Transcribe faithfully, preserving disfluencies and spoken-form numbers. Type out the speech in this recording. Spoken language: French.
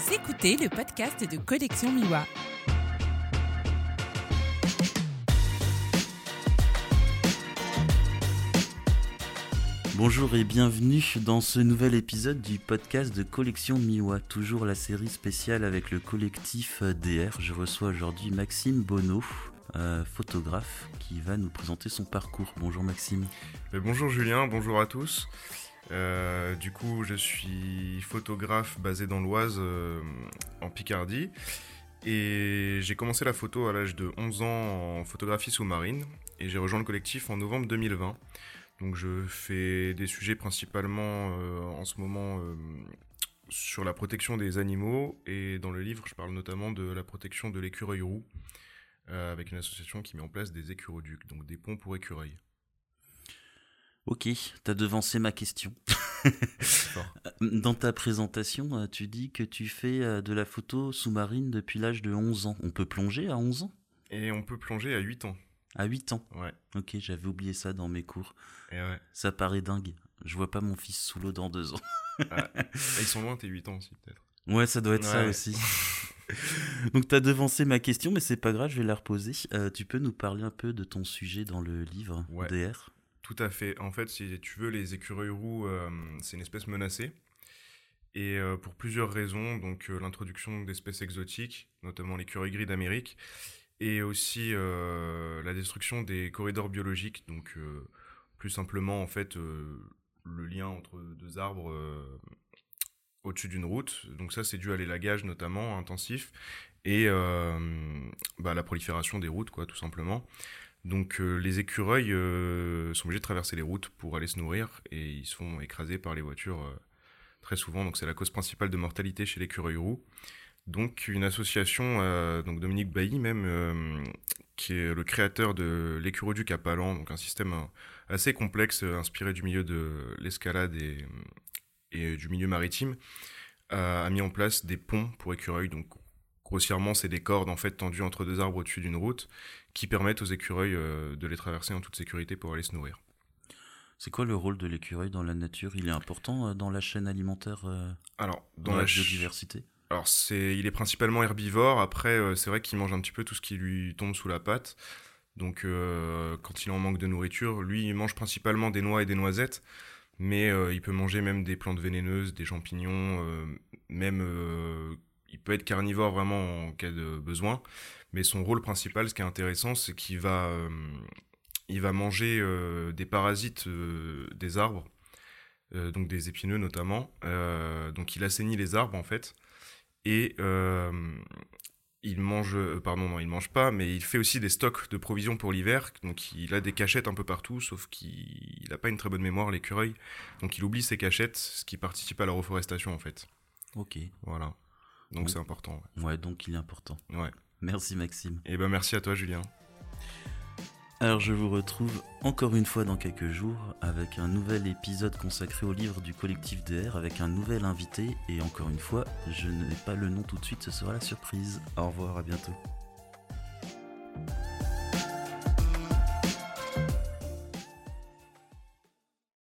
Vous écoutez le podcast de Collection Miwa. Bonjour et bienvenue dans ce nouvel épisode du podcast de Collection Miwa, toujours la série spéciale avec le collectif D R. Je reçois aujourd'hui Maxime Bonneau, euh, photographe, qui va nous présenter son parcours. Bonjour Maxime. Mais bonjour Julien, bonjour à tous. Euh, du coup, je suis photographe basé dans l'Oise, euh, en Picardie. Et j'ai commencé la photo à l'âge de onze ans en photographie sous-marine. Et j'ai rejoint le collectif en novembre deux mille vingt. Donc je fais des sujets principalement euh, en ce moment euh, sur la protection des animaux. Et dans le livre, je parle notamment de la protection de l'écureuil roux, euh, avec une association qui met en place des écuroducs, donc des ponts pour écureuils. Ok, t'as devancé ma question. Dans ta présentation, tu dis que tu fais de la photo sous-marine depuis l'âge de onze ans. On peut plonger à onze ans ? Et on peut plonger à huit ans. À huit ans ? Ouais. Ok, j'avais oublié ça dans mes cours. Et ouais. Ça paraît dingue. Je vois pas mon fils sous l'eau dans deux ans. Ah, ils sont loin, t'es huit ans aussi, peut-être. Ouais, ça doit être ouais. ça aussi. Donc t'as devancé ma question, mais c'est pas grave, je vais la reposer. Euh, tu peux nous parler un peu de ton sujet dans le livre ouais. D R ? Tout à fait. En fait, si tu veux, les écureuils roux, euh, c'est une espèce menacée. Et euh, pour plusieurs raisons, donc euh, l'introduction d'espèces exotiques, notamment l'écureuil gris d'Amérique, et aussi euh, la destruction des corridors biologiques, donc euh, plus simplement en fait euh, le lien entre deux arbres euh, au-dessus d'une route. Donc ça, c'est dû à l'élagage notamment intensif et euh, bah, la prolifération des routes, quoi, tout simplement. Donc euh, les écureuils euh, sont obligés de traverser les routes pour aller se nourrir et ils se font écraser par les voitures euh, très souvent. Donc c'est la cause principale de mortalité chez l'écureuil roux. Donc une association, euh, donc Dominique Bailly même, euh, qui est le créateur de l'écuroduc à Palan, donc un système euh, assez complexe euh, inspiré du milieu de l'escalade et, et du milieu maritime, euh, a mis en place des ponts pour écureuils. Donc grossièrement, c'est des cordes en fait tendues entre deux arbres au-dessus d'une route qui permettent aux écureuils euh, de les traverser en toute sécurité pour aller se nourrir. C'est quoi le rôle de l'écureuil dans la nature ? Il est important euh, dans la chaîne alimentaire, euh, Alors, dans, dans la, la ch... biodiversité ? Alors, c'est... il est principalement herbivore. Après, euh, c'est vrai qu'il mange un petit peu tout ce qui lui tombe sous la patte. Donc, euh, quand il est en manque de nourriture, lui, il mange principalement des noix et des noisettes. Mais euh, il peut manger même des plantes vénéneuses, des champignons, euh, même... Euh, il peut être carnivore vraiment en cas de besoin. Mais son rôle principal, ce qui est intéressant, c'est qu'il va, euh, il va manger euh, des parasites euh, des arbres, euh, donc des épineux notamment. Euh, donc il assainit les arbres en fait, et euh, il mange, euh, pardon, non, il mange pas, mais il fait aussi des stocks de provisions pour l'hiver. Donc il a des cachettes un peu partout, sauf qu'il n'a pas une très bonne mémoire, l'écureuil. Donc il oublie ses cachettes, ce qui participe à la reforestation en fait. Ok. Voilà. Donc bon. c'est important. Ouais. ouais, donc il est important. Ouais. Merci Maxime. Et ben merci à toi Julien. Alors je vous retrouve encore une fois dans quelques jours avec un nouvel épisode consacré au livre du collectif D R avec un nouvel invité et encore une fois, je n'ai pas le nom tout de suite, ce sera la surprise. Au revoir, à bientôt.